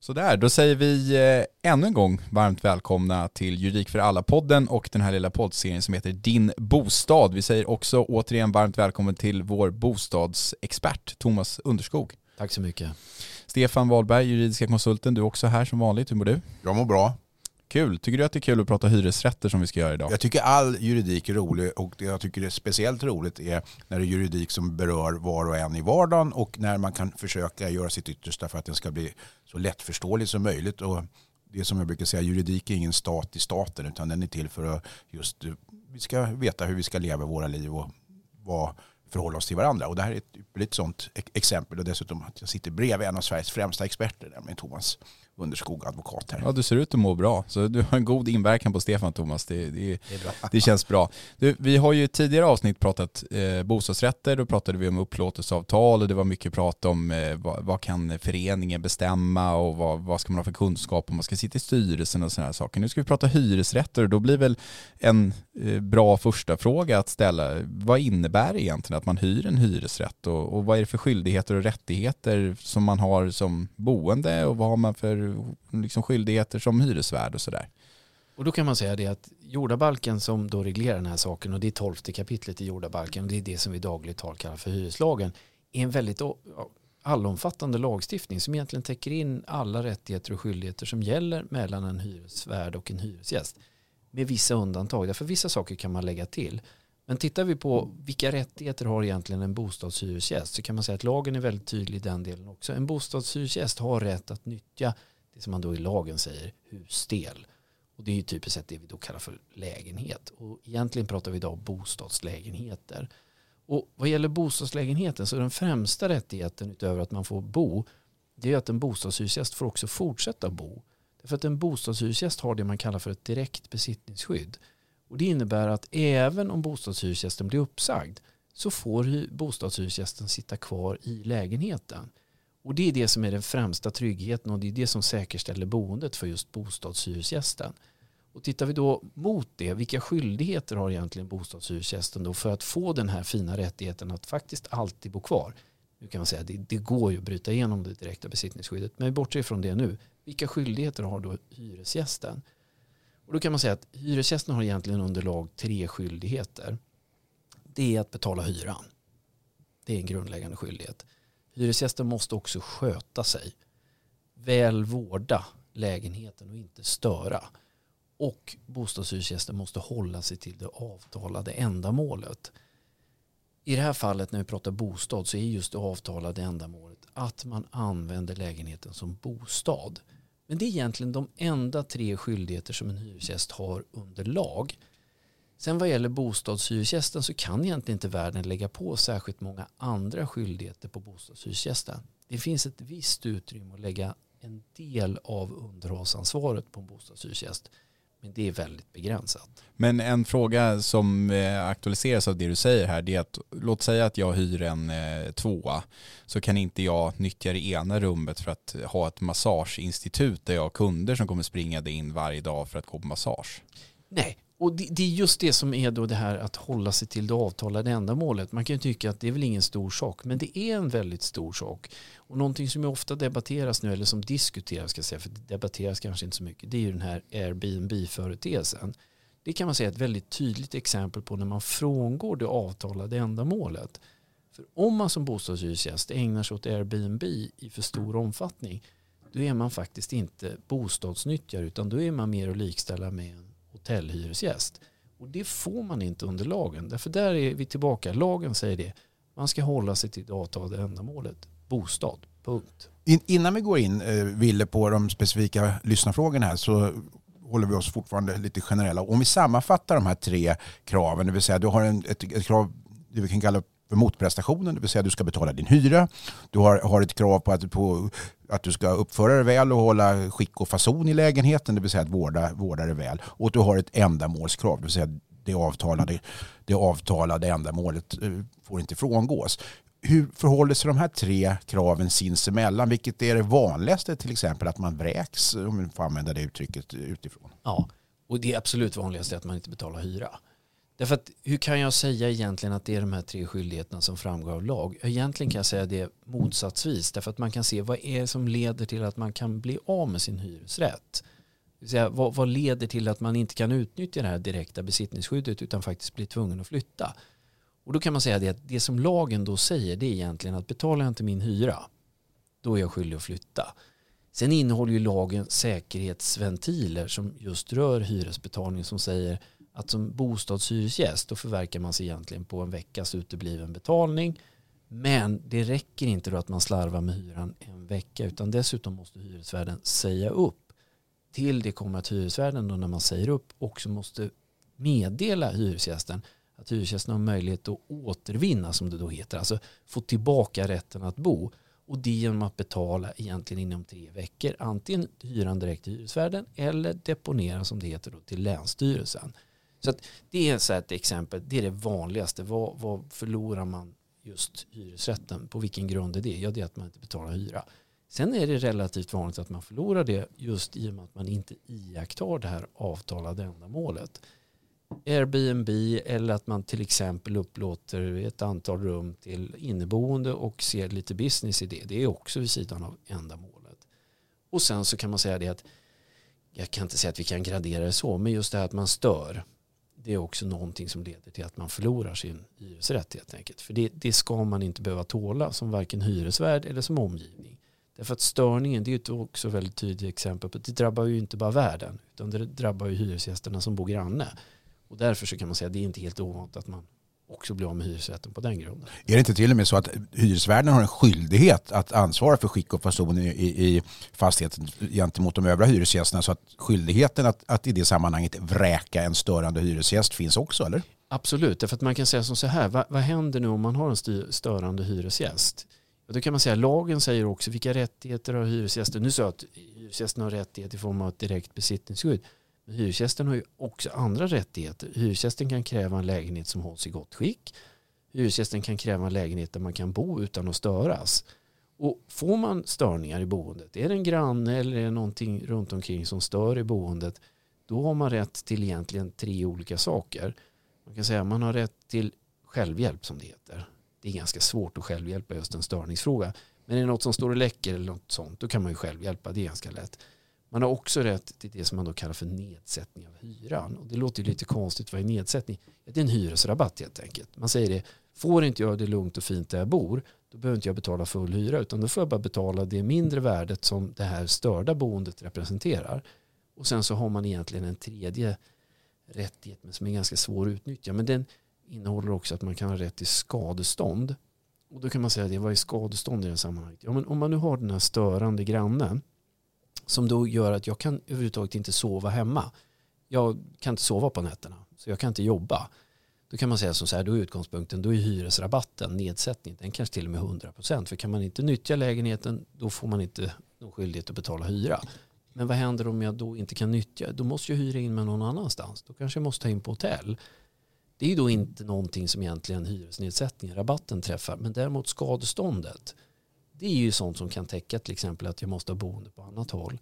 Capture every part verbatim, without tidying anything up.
Så där, då säger vi eh, ännu en gång varmt välkomna till Juridik för alla-podden och den här lilla poddserien som heter Din bostad. Vi säger också återigen varmt välkommen till vår bostadsexpert Thomas Underskog. Tack så mycket. Stefan Wahlberg, juridiska konsulten, du är också här som vanligt. Hur mår du? Jag mår bra. Kul. Tycker du att det är kul att prata hyresrätter som vi ska göra idag? Jag tycker all juridik är rolig, och det jag tycker är speciellt roligt är när det är juridik som berör var och en i vardagen och när man kan försöka göra sitt yttersta för att den ska bli så lättförståelig som möjligt. Och det som jag brukar säga, juridik är ingen stat i staten, utan den är till för att just vi ska veta hur vi ska leva våra liv och vad förhålla oss till varandra. Och det här är ett ypperligt sånt exempel, och dessutom att jag sitter bredvid en av Sveriges främsta experter, nämligen Thomas Underskog, advokat här. Ja, du ser ut att må bra. Så du har en god inverkan på Stefan, Thomas. Det, det, det, är bra. Det känns bra. Du, vi har ju i tidigare avsnitt pratat eh, bostadsrätter. Då pratade vi om upplåtelseavtal och det var mycket prat om eh, vad, vad kan föreningen bestämma och vad, vad ska man ha för kunskap om man ska sitta i styrelsen och sådana här saker. Nu ska vi prata hyresrätter, och då blir väl en eh, bra första fråga att ställa. Vad innebär det egentligen att man hyr en hyresrätt, och, och vad är det för skyldigheter och rättigheter som man har som boende, och vad har man för liksom skyldigheter som hyresvärd och sådär. Och då kan man säga det att jordabalken som då reglerar den här saken, och det är tolfte kapitlet i jordabalken, och det är det som vi dagligt tal kallar för hyreslagen, är en väldigt allomfattande lagstiftning som egentligen täcker in alla rättigheter och skyldigheter som gäller mellan en hyresvärd och en hyresgäst. Med vissa undantag, därför vissa saker kan man lägga till. Men tittar vi på vilka rättigheter har egentligen en bostadshyresgäst, så kan man säga att lagen är väldigt tydlig i den delen också. En bostadshyresgäst har rätt att nyttja det som man då i lagen säger husdel. Och det är ju typiskt sett det vi då kallar för lägenhet. Och egentligen pratar vi idag om bostadslägenheter. Och vad gäller bostadslägenheten så är den främsta rättigheten utöver att man får bo, det är att en bostadshyresgäst får också fortsätta bo. Därför att en bostadshyresgäst har det man kallar för ett direkt besittningsskydd. Och det innebär att även om bostadshyresgästen blir uppsagd så får bostadshyresgästen sitta kvar i lägenheten. Och det är det som är den främsta tryggheten, och det är det som säkerställer boendet för just bostadshyresgästen. Och tittar vi då mot det, vilka skyldigheter har egentligen bostadshyresgästen då för att få den här fina rättigheten att faktiskt alltid bo kvar? Nu kan man säga att det, det går ju att bryta igenom det direkta besittningsskyddet, men vi bortser från det nu. Vilka skyldigheter har då hyresgästen? Och då kan man säga att hyresgästen har egentligen under lag tre skyldigheter. Det är att betala hyran. Det är en grundläggande skyldighet. Hyresgästen måste också sköta sig. Väl vårda lägenheten och inte störa. Och bostadshyresgästen måste hålla sig till det avtalade ändamålet. I det här fallet när vi pratar bostad så är just det avtalade ändamålet att man använder lägenheten som bostad. Men det är egentligen de enda tre skyldigheter som en hyresgäst har under lag. Sen vad gäller bostadshyresgästen så kan egentligen inte världen lägga på särskilt många andra skyldigheter på bostadshyresgästen. Det finns ett visst utrymme att lägga en del av underhållsansvaret på en bostadshyresgäst. Men det är väldigt begränsat. Men en fråga som aktualiseras av det du säger här, det är att låt säga att jag hyr en eh, tvåa, så kan inte jag nyttja det ena rummet för att ha ett massageinstitut där jag har kunder som kommer springa det in varje dag för att gå på massage. Nej, och det, det är just det som är då det här att hålla sig till det avtalade ändamålet. Man kan ju tycka att det är väl ingen stor sak, men det är en väldigt stor sak. Och någonting som ju ofta debatteras nu, eller som diskuteras ska jag säga, för det debatteras kanske inte så mycket, det är ju den här Airbnb-företeelsen. Det kan man säga är ett väldigt tydligt exempel på när man frångår det avtalade ändamålet. För om man som bostadshyresgäst ägnar sig åt Airbnb i för stor omfattning, då är man faktiskt inte bostadsnyttjare, utan då är man mer att likställa med en hotellhyresgäst. Och det får man inte under lagen. Därför där är vi tillbaka. Lagen säger det. Man ska hålla sig till det avtalade ändamålet. Bostad. Punkt. In, innan vi går in, eh, Ville, på de specifika lyssnarfrågorna här, så håller vi oss fortfarande lite generella. Om vi sammanfattar de här tre kraven, det vill säga du har en, ett, ett krav, det vi kan kalla för motprestationen, det vill säga du ska betala din hyra. Du har, har ett krav på att, på att du ska uppföra dig väl och hålla skick och fason i lägenheten, det vill säga att vårda, vårda dig väl. Och du har ett ändamålskrav, det vill säga det avtalade, det avtalade ändamålet får inte frångås. Hur förhåller sig de här tre kraven sinsemellan? Vilket är det vanligaste, till exempel att man vräks, om vi får använda det uttrycket, utifrån? Ja, och det är absolut vanligaste att man inte betalar hyra. Därför att hur kan jag säga egentligen att det är de här tre skyldigheterna som framgår av lag? Egentligen kan jag säga det motsatsvis. Därför att man kan se vad är det som leder till att man kan bli av med sin hyresrätt. Det vill säga, vad, vad leder till att man inte kan utnyttja det här direkta besittningsskyddet utan faktiskt blir tvungen att flytta? Och då kan man säga det att det som lagen då säger det är egentligen att betalar jag inte min hyra, då är jag skyldig att flytta. Sen innehåller ju lagen säkerhetsventiler som just rör hyresbetalning som säger att som bostadshyresgäst då förverkar man sig egentligen på en veckas utebliven betalning. Men det räcker inte då att man slarvar med hyran en vecka utan dessutom måste hyresvärden säga upp. Till det kommer att hyresvärden då när man säger upp också måste meddela hyresgästen att hyresgästen har möjlighet att återvinna som det då heter. Alltså få tillbaka rätten att bo. Och det genom att betala egentligen inom tre veckor. Antingen hyran direkt till hyresvärden eller deponera som det heter då till Länsstyrelsen. Så att det är så ett exempel. Det är det vanligaste. Vad, vad förlorar man just hyresrätten? På vilken grund är det? Ja, det är att man inte betalar hyra. Sen är det relativt vanligt att man förlorar det just i och med att man inte iakttar det här avtalade ändamålet. Airbnb eller att man till exempel upplåter ett antal rum till inneboende och ser lite business i det. Det är också vid sidan av ändamålet. Och sen så kan man säga det att jag kan inte säga att vi kan gradera det så, men just det här att man stör, det är också någonting som leder till att man förlorar sin hyresrätt helt enkelt. För det, det ska man inte behöva tåla som varken hyresvärd eller som omgivning. Därför att störningen, det är ju också väldigt tydligt exempel på att det drabbar ju inte bara värden utan det drabbar ju hyresgästerna som bor granne. Och därför så kan man säga att det är inte helt ovanligt att man också blir av med hyresrätten på den grunden. Är det inte till och med så att hyresvärden har en skyldighet att ansvara för skick och person i, i, i fastigheten gentemot de övriga hyresgästerna, så att skyldigheten att, att i det sammanhanget vräka en störande hyresgäst finns också, eller? Absolut, därför att man kan säga som så här, vad, vad händer nu om man har en styr, störande hyresgäst? Och då kan man säga att lagen säger också vilka rättigheter har hyresgästen. Nu sa jag att hyresgästen har rättighet i form av ett direkt besittningsskydd. Men hyresgästen har ju också andra rättigheter. Hyresgästen kan kräva en lägenhet som hålls i gott skick. Hyresgästen kan kräva en lägenhet där man kan bo utan att störas. Och får man störningar i boendet, är det en granne eller är det någonting runt omkring som stör i boendet, då har man rätt till egentligen tre olika saker. Man kan säga att man har rätt till självhjälp som det heter. Det är ganska svårt att självhjälpa just en störningsfråga. Men är det något som står och läcker eller något sånt, då kan man ju självhjälpa. Det är ganska lätt. Man har också rätt till det som man då kallar för nedsättning av hyran. Och det låter ju lite konstigt, vad är nedsättning? Det är en hyresrabatt helt enkelt. Man säger det, får inte jag det lugnt och fint där jag bor, då behöver inte jag betala full hyra, utan då får jag bara betala det mindre värdet som det här störda boendet representerar. Och sen så har man egentligen en tredje rättighet som är ganska svår att utnyttja. Men den innehåller också att man kan ha rätt till skadestånd. Och då kan man säga det, vad är skadestånd i det sammanhanget? Ja, men om man nu har den här störande grannen som då gör att jag kan överhuvudtaget inte sova hemma. Jag kan inte sova på nätterna, så jag kan inte jobba. Då kan man säga som så här, då är utgångspunkten, då är hyresrabatten, nedsättning, den kanske till och med hundra procent. För kan man inte nyttja lägenheten, då får man inte någon skyldighet att betala hyra. Men vad händer om jag då inte kan nyttja? Då måste jag hyra in mig någon annanstans. Då kanske jag måste ta in på hotell. Det är ju då inte någonting som egentligen hyresnedsättningen, rabatten träffar. Men däremot skadeståndet, det är ju sånt som kan täcka till exempel att jag måste ha boende på annat håll.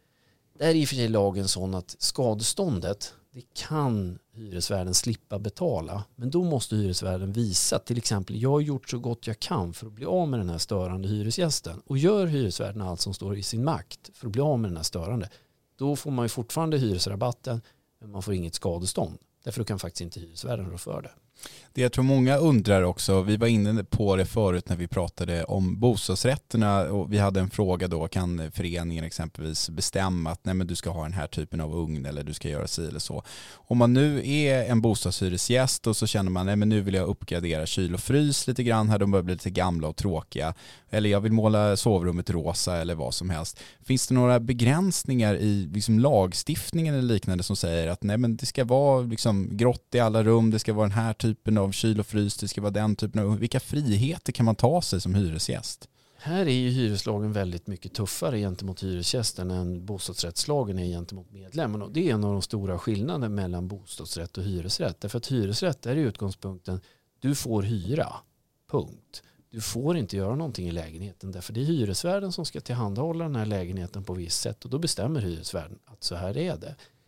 Där är i och för sig lagen sån att skadeståndet, det kan hyresvärden slippa betala. Men då måste hyresvärden visa, till exempel, jag har gjort så gott jag kan för att bli av med den här störande hyresgästen. Och gör hyresvärden allt som står i sin makt för att bli av med den här störande, då får man ju fortfarande hyresrabatten, men man får inget skadestånd. Därför kan faktiskt inte hyresvärden rå för det. Det jag tror många undrar också, vi var inne på det förut när vi pratade om bostadsrätterna och vi hade en fråga då, kan föreningen exempelvis bestämma att nej, men du ska ha den här typen av ugn eller du ska göra si eller så. Om man nu är en bostadshyresgäst och så känner man nej, men nu vill jag uppgradera kyl och frys lite grann här, de börjar bli lite gamla och tråkiga, eller jag vill måla sovrummet rosa eller vad som helst. Finns det några begränsningar i liksom lagstiftningen eller liknande som säger att nej, men det ska vara liksom grått i alla rum, det ska vara den här typen av kyl och frys, det ska vara den typen av, vilka friheter kan man ta sig som hyresgäst? Här är ju hyreslagen väldigt mycket tuffare gentemot hyresgästen än bostadsrättslagen är gentemot medlemmen, och det är en av de stora skillnaderna mellan bostadsrätt och hyresrätt. Därför att hyresrätt är utgångspunkten, du får hyra, punkt. Du får inte göra någonting i lägenheten, därför det är hyresvärden som ska tillhandahålla den här lägenheten på visst sätt, och då bestämmer hyresvärden att så här är det.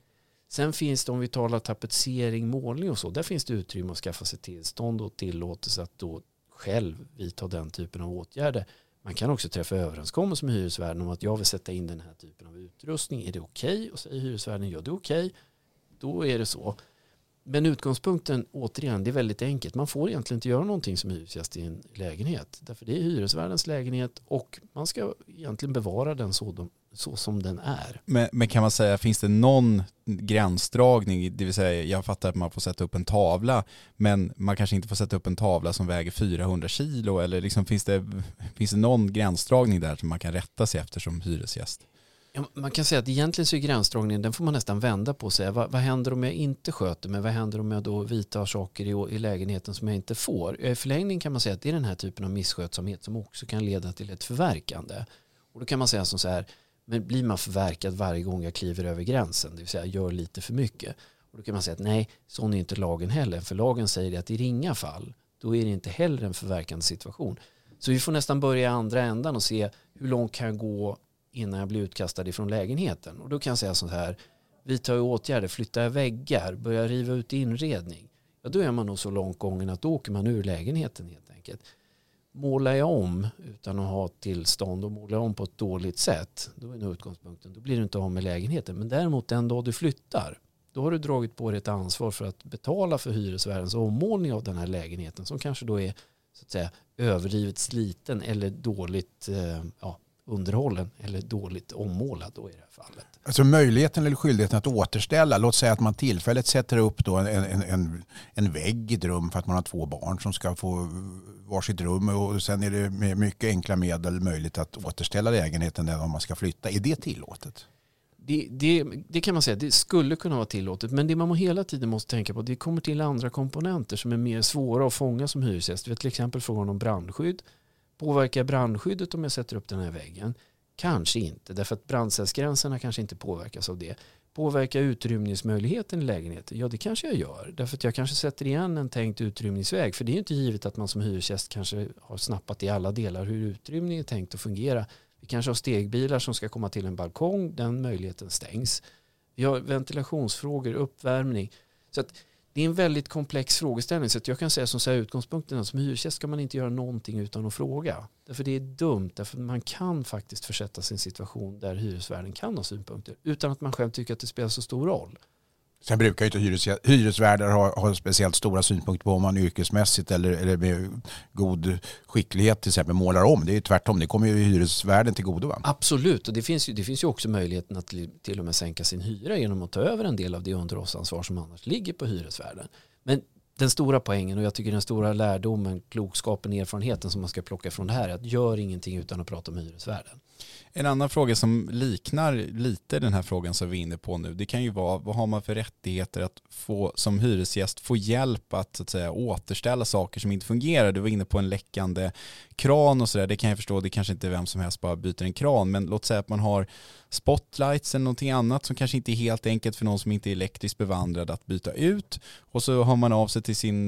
Sen finns det, om vi talar tapetsering, målning och så, där finns det utrymme att skaffa sig tillstånd och tillåtelse att då själv vidta den typen av åtgärder. Man kan också träffa överenskommelse med hyresvärden om att jag vill sätta in den här typen av utrustning. Är det okej? Okay? Och säger hyresvärden, ja det är okej. Okay. Då är det så. Men utgångspunkten, återigen, det är väldigt enkelt. Man får egentligen inte göra någonting som hyresgäst i en lägenhet. Därför det är hyresvärdens lägenhet och man ska egentligen bevara den så, de, så som den är. Men, men kan man säga, finns det någon gränsdragning? Det vill säga, jag fattar att man får sätta upp en tavla, men man kanske inte får sätta upp en tavla som väger fyrahundra kilo. Eller liksom, finns, det, finns det någon gränsdragning där som man kan rätta sig efter som hyresgäst? Ja, man kan säga att egentligen så är gränsdragningen, den får man nästan vända på och säga, vad, vad händer om jag inte sköter mig? Vad händer om jag då vidtar saker i, i lägenheten som jag inte får? I förlängning kan man säga att det är den här typen av misskötsamhet som också kan leda till ett förverkande. Och då kan man säga som så här, men blir man förverkad varje gång jag kliver över gränsen, det vill säga gör lite för mycket? Och då kan man säga att nej, sån är inte lagen heller. För lagen säger att i ringa fall, då är det inte heller en förverkande situation. Så vi får nästan börja i andra ändan och se hur långt kan jag gå innan jag blir utkastad ifrån lägenheten. Och då kan jag säga så här, vi tar ju åtgärder, flyttar väggar, börjar riva ut inredning. Ja, då är man nog så långt gången att då åker man ur lägenheten helt enkelt. Målar jag om utan att ha tillstånd och målar om på ett dåligt sätt, då är nog utgångspunkten, då blir du inte av med lägenheten. Men däremot den dag du flyttar, då har du dragit på dig ett ansvar för att betala för hyresvärdens ommålning av den här lägenheten som kanske då är så att säga överdrivet sliten eller dåligt eh, ja, underhållen eller dåligt ommålad då i det här fallet. Alltså möjligheten eller skyldigheten att återställa, låt säga att man tillfälligt sätter upp då en, en, en, en vägg i ett rum för att man har två barn som ska få varsitt rum och sen är det med mycket enkla medel möjligt att återställa lägenheten när man ska flytta. Är det tillåtet? Det, det, det kan man säga, det skulle kunna vara tillåtet, men det man hela tiden måste tänka på, det kommer till andra komponenter som är mer svåra att fånga som hyresgäst. Vi har till exempel frågan om brandskydd. Påverkar brandskyddet om jag sätter upp den här väggen? Kanske inte, därför att brandcellsgränserna kanske inte påverkas av det. Påverkar utrymningsmöjligheten i lägenheten? Ja, det kanske jag gör. Därför att jag kanske sätter igen en tänkt utrymningsväg. För det är ju inte givet att man som hyresgäst kanske har snappat i alla delar hur utrymningen är tänkt att fungera. Vi kanske har stegbilar som ska komma till en balkong. Den möjligheten stängs. Vi har ventilationsfrågor, uppvärmning. Så att det är en väldigt komplex frågeställning. Så att jag kan säga som så här, utgångspunkten som hyresgäst ska man inte göra någonting utan att fråga. Därför det är dumt. Därför man kan faktiskt försätta sig i en situation där hyresvärden kan ha synpunkter utan att man själv tycker att det spelar så stor roll. Sen brukar ju inte hyres, hyresvärdar ha, ha speciellt stora synpunkter på om man yrkesmässigt eller, eller med god skicklighet till exempel målar om. Det är ju tvärtom, det kommer ju hyresvärden till godo, va? Absolut, och det finns ju, det finns ju också möjligheten att till och med sänka sin hyra genom att ta över en del av det underhållsansvar som annars ligger på hyresvärden. Men den stora poängen, och jag tycker den stora lärdomen, klokskapen, erfarenheten som man ska plocka från det här är att gör ingenting utan att prata med hyresvärden. En annan fråga som liknar lite den här frågan som vi är inne på nu, det kan ju vara, vad har man för rättigheter att få som hyresgäst få hjälp att, så att säga, återställa saker som inte fungerar. Du var inne på en läckande kran och sådär, det kan jag förstå, det kanske inte är vem som helst bara byter en kran, men låt säga att man har spotlights eller någonting annat som kanske inte är helt enkelt för någon som inte är elektriskt bevandrad att byta ut, och så har man av sig till sin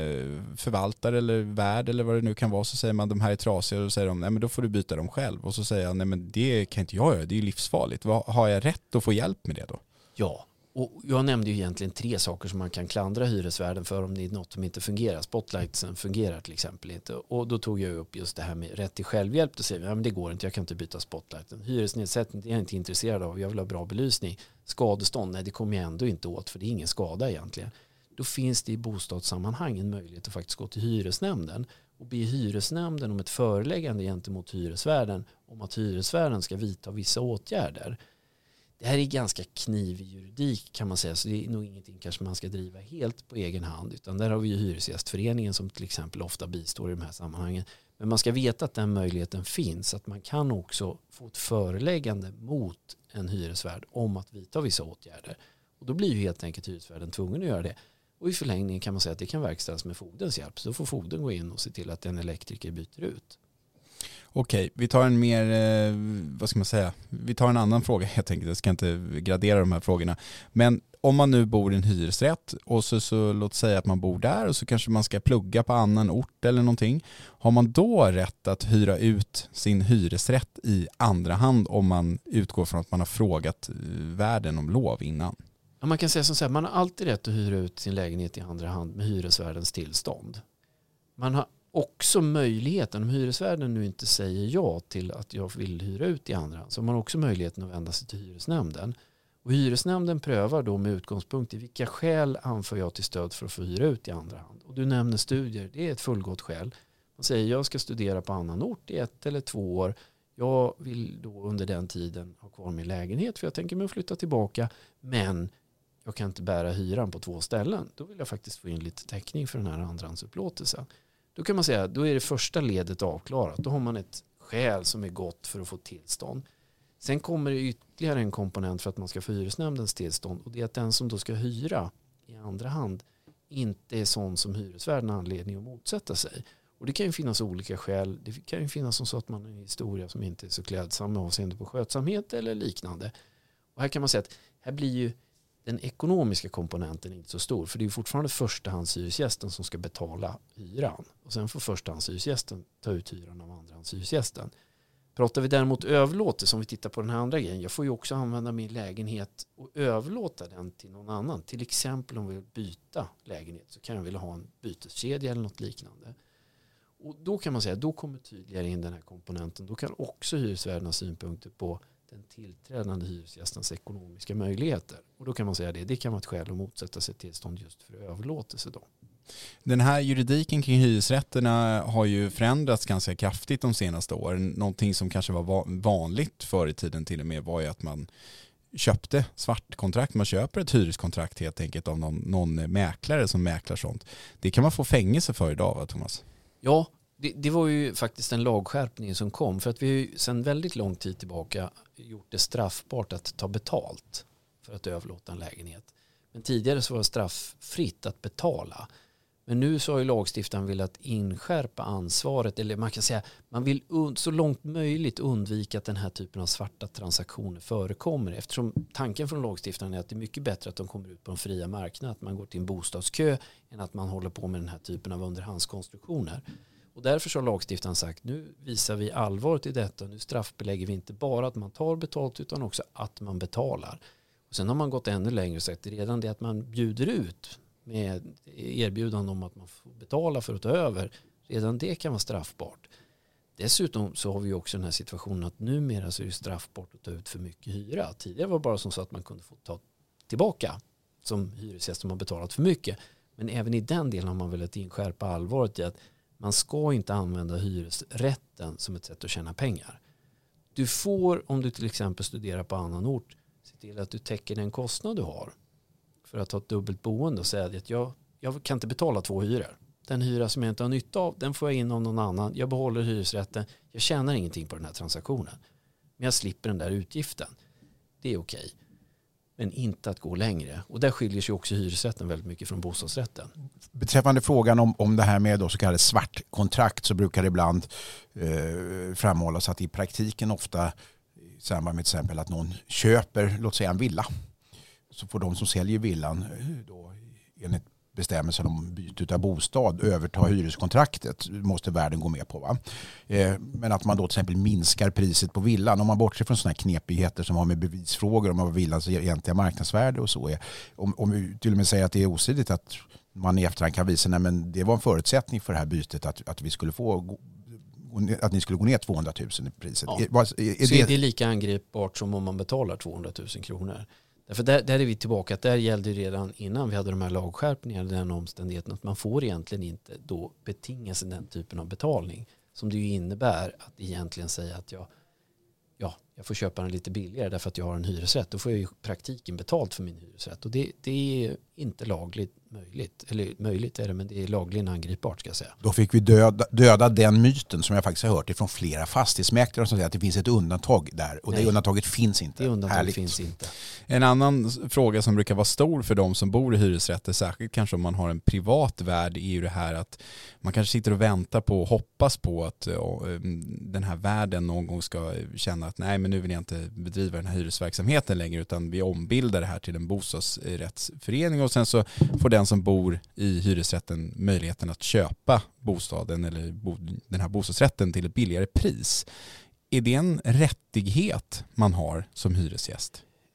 förvaltare eller värd eller vad det nu kan vara, så säger man de här är trasiga och säger de, nej men då får du byta dem själv, och så säger jag, nej men det kan inte jag göra, det är ju livsfarligt. Har jag rätt att få hjälp med det då? Ja, och jag nämnde ju egentligen tre saker som man kan klandra hyresvärden för om det är något som inte fungerar. Spotlightsen fungerar till exempel inte. Och då tog jag upp just det här med rätt till självhjälp. Då säger vi, ja men det går inte, jag kan inte byta spotlighten. Hyresnedsättning, det är jag inte intresserad av, jag vill ha bra belysning. Skadestånd, nej det kommer jag ändå inte åt för det är ingen skada egentligen. Då finns det i bostadssammanhang en möjlighet att faktiskt gå till hyresnämnden och be hyresnämnden om ett föreläggande gentemot hyresvärden om att hyresvärden ska vidta vissa åtgärder. Det här är ganska knivig juridik kan man säga, så det är nog ingenting kanske man ska driva helt på egen hand, utan där har vi ju Hyresgästföreningen som till exempel ofta bistår i de här sammanhangen. Men man ska veta att den möjligheten finns, att man kan också få ett föreläggande mot en hyresvärd om att vidta vissa åtgärder. Och då blir ju helt enkelt hyresvärden tvungen att göra det. Och i förlängningen kan man säga att det kan verkställas med fogdens hjälp. Så då får fogden gå in och se till att en elektriker byter ut. Okej, vi tar en mer, eh, vad ska man säga, vi tar en annan fråga helt enkelt. Jag ska inte gradera de här frågorna. Men om man nu bor i en hyresrätt och så, så låt säga att man bor där och så kanske man ska plugga på annan ort eller någonting. Har man då rätt att hyra ut sin hyresrätt i andra hand om man utgår från att man har frågat värden om lov innan? Ja, man kan säga som så här, man har alltid rätt att hyra ut sin lägenhet i andra hand med hyresvärdens tillstånd. Man har också möjligheten, om hyresvärden nu inte säger ja till att jag vill hyra ut i andra hand, så har man också möjligheten att vända sig till hyresnämnden. Och hyresnämnden prövar då med utgångspunkt i vilka skäl anför jag till stöd för att få hyra ut i andra hand. Och du nämner studier, det är ett fullgott skäl. Man säger jag ska studera på annan ort i ett eller två år. Jag vill då under den tiden ha kvar min lägenhet för jag tänker mig att flytta tillbaka. Men jag kan inte bära hyran på två ställen. Då vill jag faktiskt få in lite täckning för den här andrahandsupplåtelsen. Då kan man säga, då är det första ledet avklarat. Då har man ett skäl som är gott för att få tillstånd. Sen kommer det ytterligare en komponent för att man ska få hyresnämndens tillstånd. Och det är att den som då ska hyra i andra hand inte är sån som hyresvärden har anledning att motsätta sig. Och det kan ju finnas olika skäl. Det kan ju finnas som så att man har en historia som inte är så klädsam med avseende på skötsamhet eller liknande. Och här kan man säga att här blir ju den ekonomiska komponenten inte så stor. För det är fortfarande förstahandshyresgästen som ska betala hyran. Och sen får förstahandshyresgästen ta ut hyran av andrahandshyresgästen. Pratar vi däremot överlåtelse, om vi tittar på den här andra grejen. Jag får ju också använda min lägenhet och överlåta den till någon annan. Till exempel om vi vill byta lägenhet så kan jag vilja ha en byteskedja eller något liknande. Och då kan man säga, då kommer tydligare in den här komponenten. Då kan också hyresvärden ha synpunkter på den tillträdande hyresgästens ekonomiska möjligheter. Och då kan man säga det, det kan vara ett skäl att motsätta sig tillstånd just för överlåtelse då. Den här juridiken kring hyresrätterna har ju förändrats ganska kraftigt de senaste åren. Någonting som kanske var vanligt förr i tiden till och med var ju att man köpte svartkontrakt. Man köper ett hyreskontrakt helt enkelt av någon, någon mäklare som mäklar sånt. Det kan man få fängelse för idag, va, Thomas? Ja, det, det var ju faktiskt en lagskärpning som kom. För att vi har ju sedan väldigt lång tid tillbaka gjort det straffbart att ta betalt för att överlåta en lägenhet. Men tidigare så var det strafffritt att betala. Men nu så har ju lagstiftaren velat inskärpa ansvaret, eller man kan säga man vill und- så långt möjligt undvika att den här typen av svarta transaktioner förekommer, eftersom tanken från lagstiftaren är att det är mycket bättre att de kommer ut på en fria marknad, att man går till en bostadskö än att man håller på med den här typen av underhandskonstruktioner. Och därför så har lagstiftaren sagt, nu visar vi allvaret i detta, nu straffbelägger vi inte bara att man tar betalt utan också att man betalar. Och sen har man gått ännu längre och sagt redan det att man bjuder ut med erbjudande om att man får betala för att ta över, redan det kan vara straffbart. Dessutom så har vi också den här situationen att numera så är det straffbart att ta ut för mycket hyra. Tidigare var det bara som så att man kunde få ta tillbaka som hyresgäst som har betalat för mycket. Men även i den delen har man velat inskärpa allvaret i att man ska inte använda hyresrätten som ett sätt att tjäna pengar. Du får, om du till exempel studerar på annan ort, se till att du täcker den kostnad du har för att ha ett dubbelt boende och säga att jag, jag kan inte betala två hyror. Den hyra som jag inte har nytta av, den får jag in av någon annan. Jag behåller hyresrätten. Jag tjänar ingenting på den här transaktionen. Men jag slipper den där utgiften. Det är okej. Men inte att gå längre. Och där skiljer sig också hyresrätten väldigt mycket från bostadsrätten. Beträffande frågan om, om det här med då så kallade svartkontrakt så brukar det ibland eh, framhållas att i praktiken ofta i samband med till exempel att någon köper, låt säga en villa, så får de som säljer villan då enligt bestämmelsen om byte av bostad överta hyreskontraktet, måste värden gå med på. Va? Eh, men att man då till exempel minskar priset på villan. Om man bortser från sådana här knepigheter som har med bevisfrågor om vad villans egentliga marknadsvärde och så är. Om, om vi till och med säger att det är osidigt att man i efterhand kan visa nej, men det var en förutsättning för det här bytet att, att vi skulle få att ni skulle gå ner tvåhundratusen i priset. Ja. Är, är, är så det... är det lika angripbart som om man betalar tvåhundratusen kronor. Därför där, där är vi tillbaka att där gällde redan innan vi hade de här lagskärpningarna den omständigheten att man får egentligen inte då betinga sig den typen av betalning som det ju innebär att egentligen säga att jag, ja, jag får köpa den lite billigare därför att jag har en hyresrätt. Då får jag i praktiken betalt för min hyresrätt och det, det är inte lagligt möjligt. Eller möjligt är det, men det är lagligen angripbart ska jag säga. Då fick vi döda, döda den myten som jag faktiskt har hört ifrån flera fastighetsmäklare som säger att det finns ett undantag där. Och Nej. det undantaget finns inte. Det undantaget Härligt. finns inte. En annan fråga som brukar vara stor för de som bor i hyresrätter, särskilt kanske om man har en privat värd, är ju det här att man kanske sitter och väntar på och hoppas på att ja, den här värden någon gång ska känna att nej, men nu vill jag inte bedriva den här hyresverksamheten längre utan vi ombildar det här till en bostadsrättsförening och sen så får den som bor i hyresrätten möjligheten att köpa bostaden eller bo, den här bostadsrätten till ett billigare pris. Är det en rättighet man har som hyresgäst?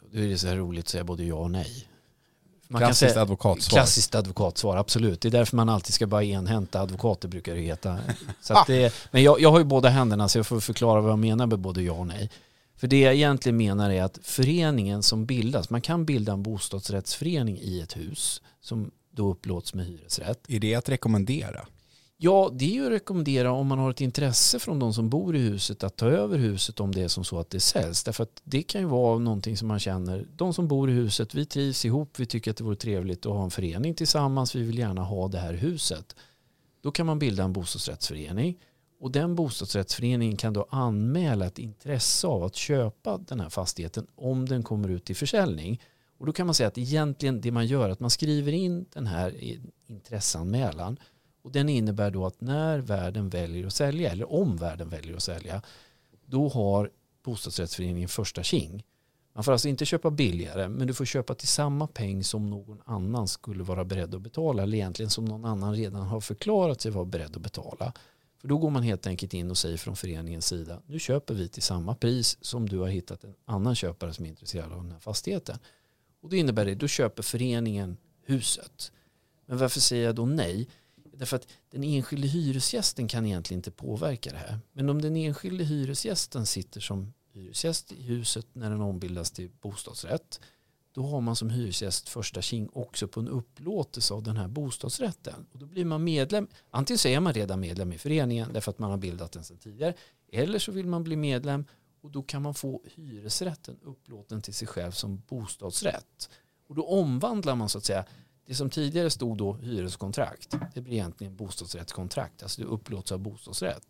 Då är det så här roligt att säga både ja och nej. Man klassiskt kan säga, advokatsvar. Klassiskt advokatsvar, absolut. Det är därför man alltid ska bara enhämta advokater, brukar det heta. Så att det, men jag, jag har ju båda händerna, så jag får förklara vad jag menar med både ja och nej. För det jag egentligen menar är att föreningen som bildas, man kan bilda en bostadsrättsförening i ett hus som då upplåts med hyresrätt. Är det att rekommendera? Ja, det är ju att rekommendera om man har ett intresse från de som bor i huset att ta över huset om det är som så att det säljs. Därför att det kan ju vara någonting som man känner, de som bor i huset, vi trivs ihop, vi tycker att det vore trevligt att ha en förening tillsammans, vi vill gärna ha det här huset. Då kan man bilda en bostadsrättsförening, och den bostadsrättsföreningen kan då anmäla ett intresse av att köpa den här fastigheten om den kommer ut till försäljning. Och då kan man säga att egentligen det man gör är att man skriver in den här intresseanmälan. Och den innebär då att när värden väljer att sälja, eller om värden väljer att sälja, då har bostadsrättsföreningen första king. Man får alltså inte köpa billigare, men du får köpa till samma peng som någon annan skulle vara beredd att betala, eller egentligen som någon annan redan har förklarat sig vara beredd att betala. För då går man helt enkelt in och säger från föreningens sida, nu köper vi till samma pris som du har hittat en annan köpare som är intresserad av den här fastigheten. Och det innebär det, då köper föreningen huset. Men varför säger jag då nej? Därför att den enskilde hyresgästen kan egentligen inte påverka det här. Men om den enskilde hyresgästen sitter som hyresgäst i huset när den ombildas till bostadsrätt, då har man som hyresgäst första king också på en upplåtelse av den här bostadsrätten. Och då blir man medlem, antingen så är man redan medlem i föreningen därför att man har bildat den sedan tidigare, eller så vill man bli medlem och då kan man få hyresrätten upplåten till sig själv som bostadsrätt. Och då omvandlar man så att säga, det som tidigare stod då hyreskontrakt, det blir egentligen bostadsrättskontrakt, alltså det upplåts av bostadsrätt.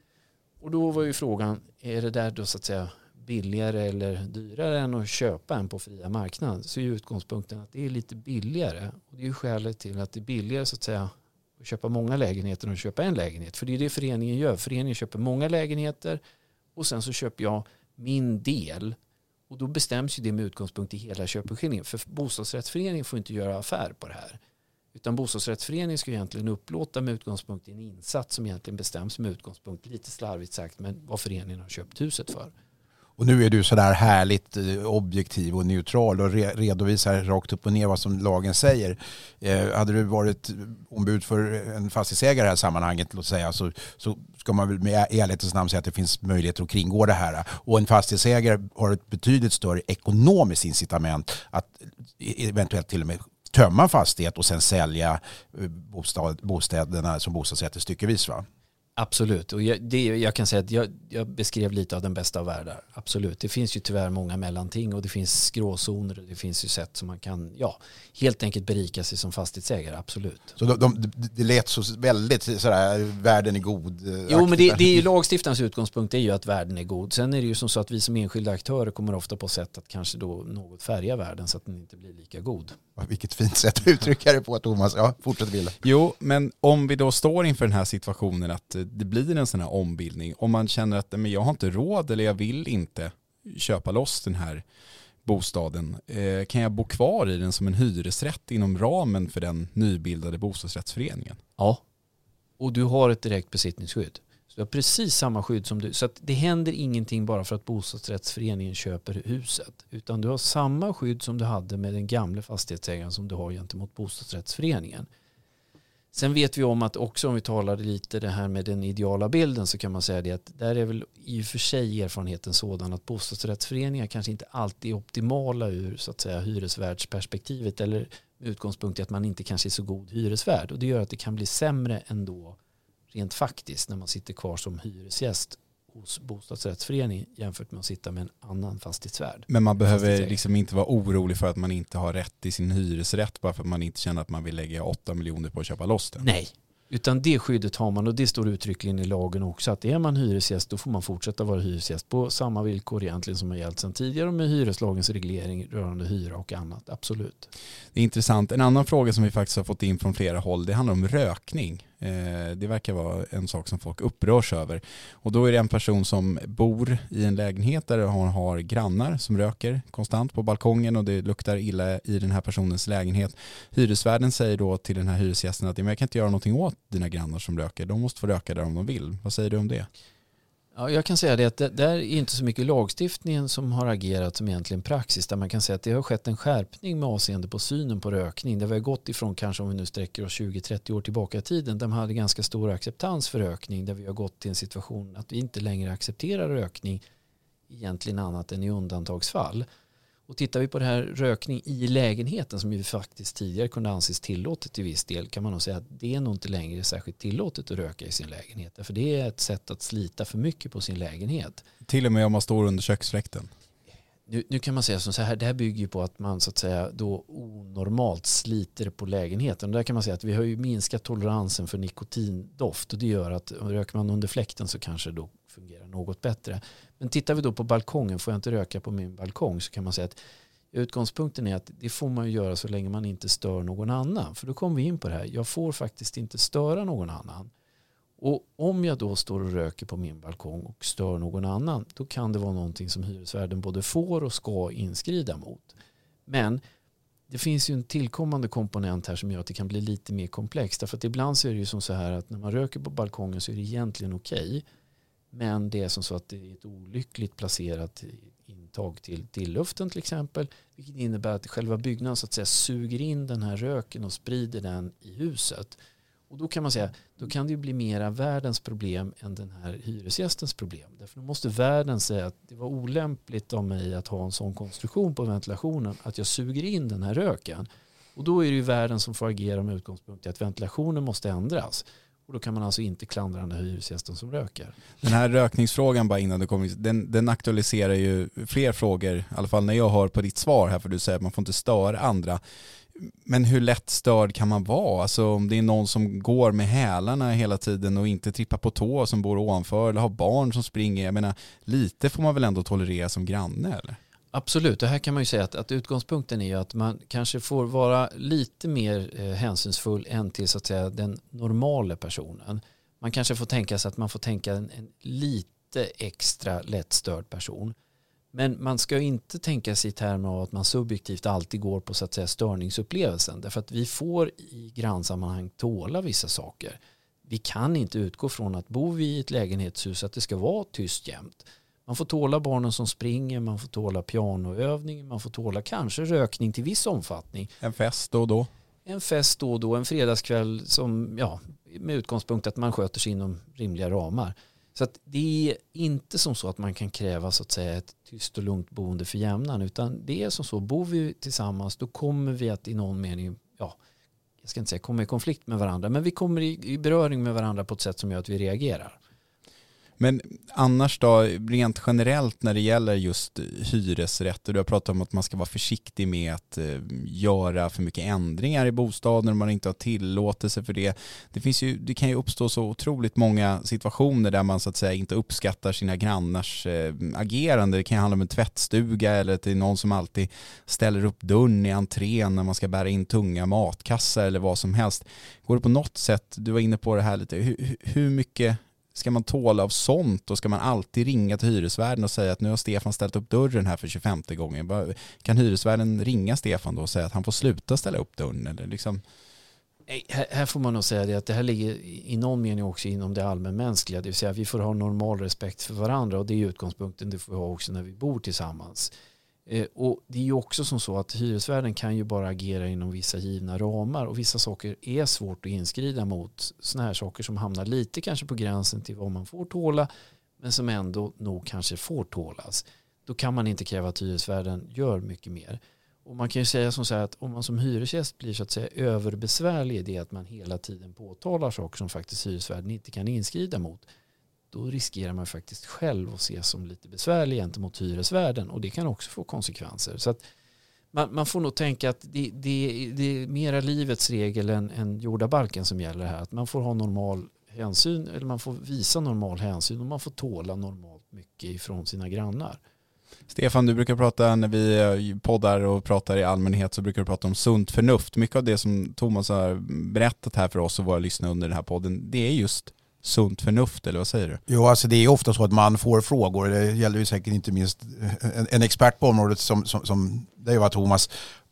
Och då var ju frågan, är det där då så att säga billigare eller dyrare än att köpa en på fria marknaden? Så är utgångspunkten att det är lite billigare. Och det är ju skälet till att det är billigare så att säga att köpa många lägenheter än att köpa en lägenhet. För det är det föreningen gör. Föreningen köper många lägenheter och sen så köper jag min del. Och då bestäms ju det med utgångspunkt i hela köpeskillingen. För bostadsrättsföreningen får inte göra affär på det här. Utan bostadsrättsföreningen ska egentligen upplåta med utgångspunkt i en insats som egentligen bestäms med utgångspunkt, lite slarvigt sagt, men vad föreningen har köpt huset för. Och nu är du sådär härligt objektiv och neutral och re- redovisar rakt upp och ner vad som lagen säger. Eh, hade du varit ombud för en fastighetsägare i det här sammanhanget, låt säga, så, så ska man väl med ärlighetens namn säga att det finns möjligheter att kringgå det här. Och en fastighetsägare har ett betydligt större ekonomiskt incitament att eventuellt till och med tömma en fastighet och sen sälja bostad, bostäderna som bostadsrätter styckevis, va? Absolut, och jag, det, jag kan säga att jag, jag beskrev lite av den bästa av världar. Absolut, det finns ju tyvärr många mellanting och det finns gråzoner och det finns ju sätt som man kan, ja, helt enkelt berika sig som fastighetsägare, absolut. Så de, de, det lät så väldigt sådär, världen är god. Jo, men det, det är ju lagstiftarens utgångspunkt är ju att världen är god. Sen är det ju som så att vi som enskilda aktörer kommer ofta på sätt att kanske då något färga världen så att den inte blir lika god. Vilket fint sätt att uttrycka det på, Thomas. Ja, fortsätt Wille. Jo, men om vi då står inför den här situationen att det blir en sån här ombildning, om man känner att men jag har inte råd eller jag vill inte köpa loss den här bostaden, eh, kan jag bo kvar i den som en hyresrätt inom ramen för den nybildade bostadsrättsföreningen? Ja, och du har ett direkt besittningsskydd. Så du har precis samma skydd som du. Så att det händer ingenting bara för att bostadsrättsföreningen köper huset. Utan du har samma skydd som du hade med den gamla fastighetsägaren som du har gentemot bostadsrättsföreningen. Sen vet vi om att också om vi talar lite det här med den ideala bilden så kan man säga det att där är väl i och för sig erfarenheten sådan att bostadsrättsföreningar kanske inte alltid är optimala ur så att säga hyresvärdsperspektivet eller med utgångspunkt i att man inte kanske är så god hyresvärd. Och det gör att det kan bli sämre ändå rent faktiskt när man sitter kvar som hyresgäst hos bostadsrättsförening jämfört med att sitta med en annan fastighetsvärd. Men man behöver liksom inte vara orolig för att man inte har rätt i sin hyresrätt bara för att man inte känner att man vill lägga åtta miljoner på att köpa loss den. Nej, utan det skyddet har man och det står uttryckligen i lagen också att är man hyresgäst då får man fortsätta vara hyresgäst på samma villkor egentligen som har gällt sedan tidigare med hyreslagens reglering rörande hyra och annat, absolut. Det är intressant. En annan fråga som vi faktiskt har fått in från flera håll, det handlar om rökning. Det verkar vara en sak som folk upprörs över. Och då är det en person som bor i en lägenhet där hon har grannar som röker konstant på balkongen och det luktar illa i den här personens lägenhet. Hyresvärden säger då till den här hyresgästen att jag kan inte göra någonting åt dina grannar som röker. De måste få röka där om de vill. Vad säger du om det? Ja, jag kan säga det att det där är inte så mycket lagstiftningen som har agerat som egentligen praxis, där man kan säga att det har skett en skärpning med avseende på synen på rökning. Där vi har gått ifrån, kanske om vi nu sträcker oss tjugo till trettio år tillbaka i tiden, där man hade ganska stor acceptans för rökning, där vi har gått till en situation att vi inte längre accepterar rökning egentligen annat än i undantagsfall. Och tittar vi på det här rökning i lägenheten som ju faktiskt tidigare kunde anses tillåtet till viss del, kan man nog säga att det är nog inte längre särskilt tillåtet att röka i sin lägenhet. För det är ett sätt att slita för mycket på sin lägenhet. Till och med om man står under köksfläkten. Nu, nu kan man säga som så här, det här bygger ju på att man så att säga då onormalt sliter på lägenheten. Och där kan man säga att vi har ju minskat toleransen för nikotindoft, och det gör att röker man under fläkten så kanske då fungerar något bättre. Men tittar vi då på balkongen, får jag inte röka på min balkong, så kan man säga att utgångspunkten är att det får man ju göra så länge man inte stör någon annan. För då kommer vi in på det här, jag får faktiskt inte störa någon annan. Och om jag då står och röker på min balkong och stör någon annan, då kan det vara någonting som hyresvärden både får och ska inskrida mot. Men det finns ju en tillkommande komponent här som gör att det kan bli lite mer komplext. Därför att ibland så är det ju som så här att när man röker på balkongen så är det egentligen okej. Men det är som så att det är ett olyckligt placerat intag till, till luften till exempel. Vilket innebär att själva byggnaden så att säga suger in den här röken och sprider den i huset. Och då kan man säga, då kan det ju bli mera värdens problem än den här hyresgästens problem. Därför måste värden säga att det var olämpligt av mig att ha en sån konstruktion på ventilationen att jag suger in den här röken. Och då är det ju värden som får agera med utgångspunkt i att ventilationen måste ändras. Och då kan man alltså inte klandra den här hyresgästen som röker. Den här rökningsfrågan bara innan du kommer, den, den aktualiserar ju fler frågor, i alla fall när jag hör på ditt svar här, för du säger att man får inte störa andra. Men hur lätt störd kan man vara? Alltså om det är någon som går med hälarna hela tiden och inte trippar på tå, som bor ovanför, eller har barn som springer. Jag menar, lite får man väl ändå tolerera som granne, eller? Absolut, och här kan man ju säga att, att utgångspunkten är ju att man kanske får vara lite mer eh, hänsynsfull än till så att säga den normala personen. Man kanske får tänka sig att man får tänka en, en lite extra lättstörd person. Men man ska inte tänka sig i termer av att man subjektivt alltid går på så att säga störningsupplevelsen. Därför att vi får i grannsammanhang tåla vissa saker. Vi kan inte utgå från att bo vi i ett lägenhetshus att det ska vara tyst jämt. Man får tåla barnen som springer, man får tåla pianoövning, man får tåla kanske rökning till viss omfattning. En fest då och då? En fest då och då, en fredagskväll som, ja, med utgångspunkt att man sköter sig inom rimliga ramar. Så att det är inte som så att man kan kräva så att säga ett tyst och lugnt boende för jämnan, utan det är som så, bor vi tillsammans då kommer vi att i någon mening, ja, jag ska inte säga komma i konflikt med varandra, men vi kommer i, i beröring med varandra på ett sätt som gör att vi reagerar. Men annars då, rent generellt när det gäller just hyresrätter, du har pratat om att man ska vara försiktig med att eh, göra för mycket ändringar i bostaden om man inte har tillåtelse för det. Det finns ju, det kan ju uppstå så otroligt många situationer där man så att säga inte uppskattar sina grannars eh, agerande. Det kan ju handla om en tvättstuga eller att det är någon som alltid ställer upp dörren i entrén när man ska bära in tunga matkassar eller vad som helst. Går det på något sätt, du var inne på det här lite, hur, hur mycket ska man tåla av sånt, och ska man alltid ringa till hyresvärden och säga att nu har Stefan ställt upp dörren här för tjugofemte gången? Kan hyresvärden ringa Stefan då och säga att han får sluta ställa upp dörren? Eller liksom? Här, här får man nog säga det att det här ligger i någon mening också inom det allmänmänskliga. Det vill säga att vi får ha normal respekt för varandra, och det är utgångspunkten det får vi ha också när vi bor tillsammans. Eh, och det är ju också som så att hyresvärden kan ju bara agera inom vissa givna ramar, och vissa saker är svårt att inskrida mot. Såna här saker som hamnar lite kanske på gränsen till vad man får tåla, men som ändå nog kanske får tålas. Då kan man inte kräva att hyresvärden gör mycket mer. Och man kan ju säga som så här att om man som hyresgäst blir så att säga överbesvärlig i det att man hela tiden påtalar saker som faktiskt hyresvärden inte kan inskrida mot, då riskerar man faktiskt själv att ses som lite besvärlig gentemot hyresvärden, och det kan också få konsekvenser. Så att man, man får nog tänka att det, det, det är mera livets regel än, än jordabalken som gäller här. Att man får ha normal hänsyn, eller man får visa normal hänsyn, och man får tåla normalt mycket ifrån sina grannar. Stefan, du brukar prata, när vi poddar och pratar i allmänhet, så brukar du prata om sunt förnuft. Mycket av det som Thomas har berättat här för oss och våra lyssnare under den här podden, det är just sunt förnuft, eller vad säger du? Jo, alltså det är ofta så att man får frågor. Det gäller ju säkert inte minst en, en expert på området som, som, som det var Thomas,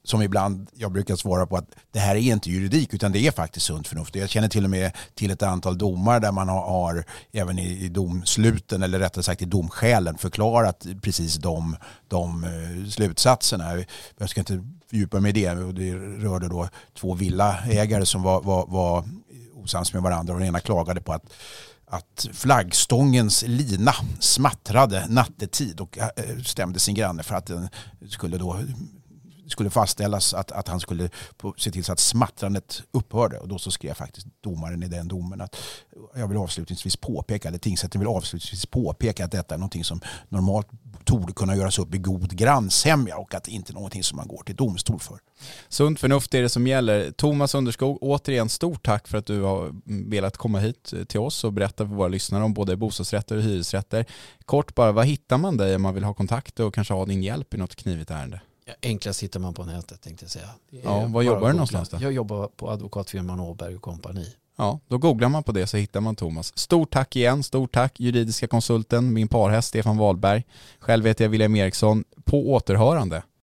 som ibland jag brukar svara på att det här är inte juridik utan det är faktiskt sunt förnuft. Jag känner till och med till ett antal domar där man har, har även i, i domsluten eller rättare sagt i domskälen förklarat precis de, de uh, slutsatserna. Jag ska inte fördjupa mig i det. Det rörde då två villaägare som var, var, var osams med varandra och den ena klagade på att att flaggstångens lina smattrade nattetid och stämde sin granne för att den skulle då skulle fastställas att, att han skulle se till så att smattrandet upphörde. Och då så skrev faktiskt domaren i den domen att jag vill avslutningsvis påpeka, eller tingsrätten vill avslutningsvis påpeka att detta är någonting som normalt torde kunna göras upp i god grannsämja och att det inte är någonting som man går till domstol för. Sunt förnuft är det som gäller. Thomas Underskog, återigen stort tack för att du har velat komma hit till oss och berätta för våra lyssnare om både bostadsrätter och hyresrätter. Kort bara, vad hittar man dig om man vill ha kontakt och kanske ha din hjälp i något knivigt ärende? Ja, enklast hittar man på nätet tänkte jag säga. Ja, vad jobbar du någonstans då? Jag jobbar på advokatfirman Åberg och kompani. Ja, då googlar man på det så hittar man Thomas. Stort tack igen, stort tack juridiska konsulten, min parhäst Stefan Wahlberg. Själv heter jag William Eriksson. På återhörande.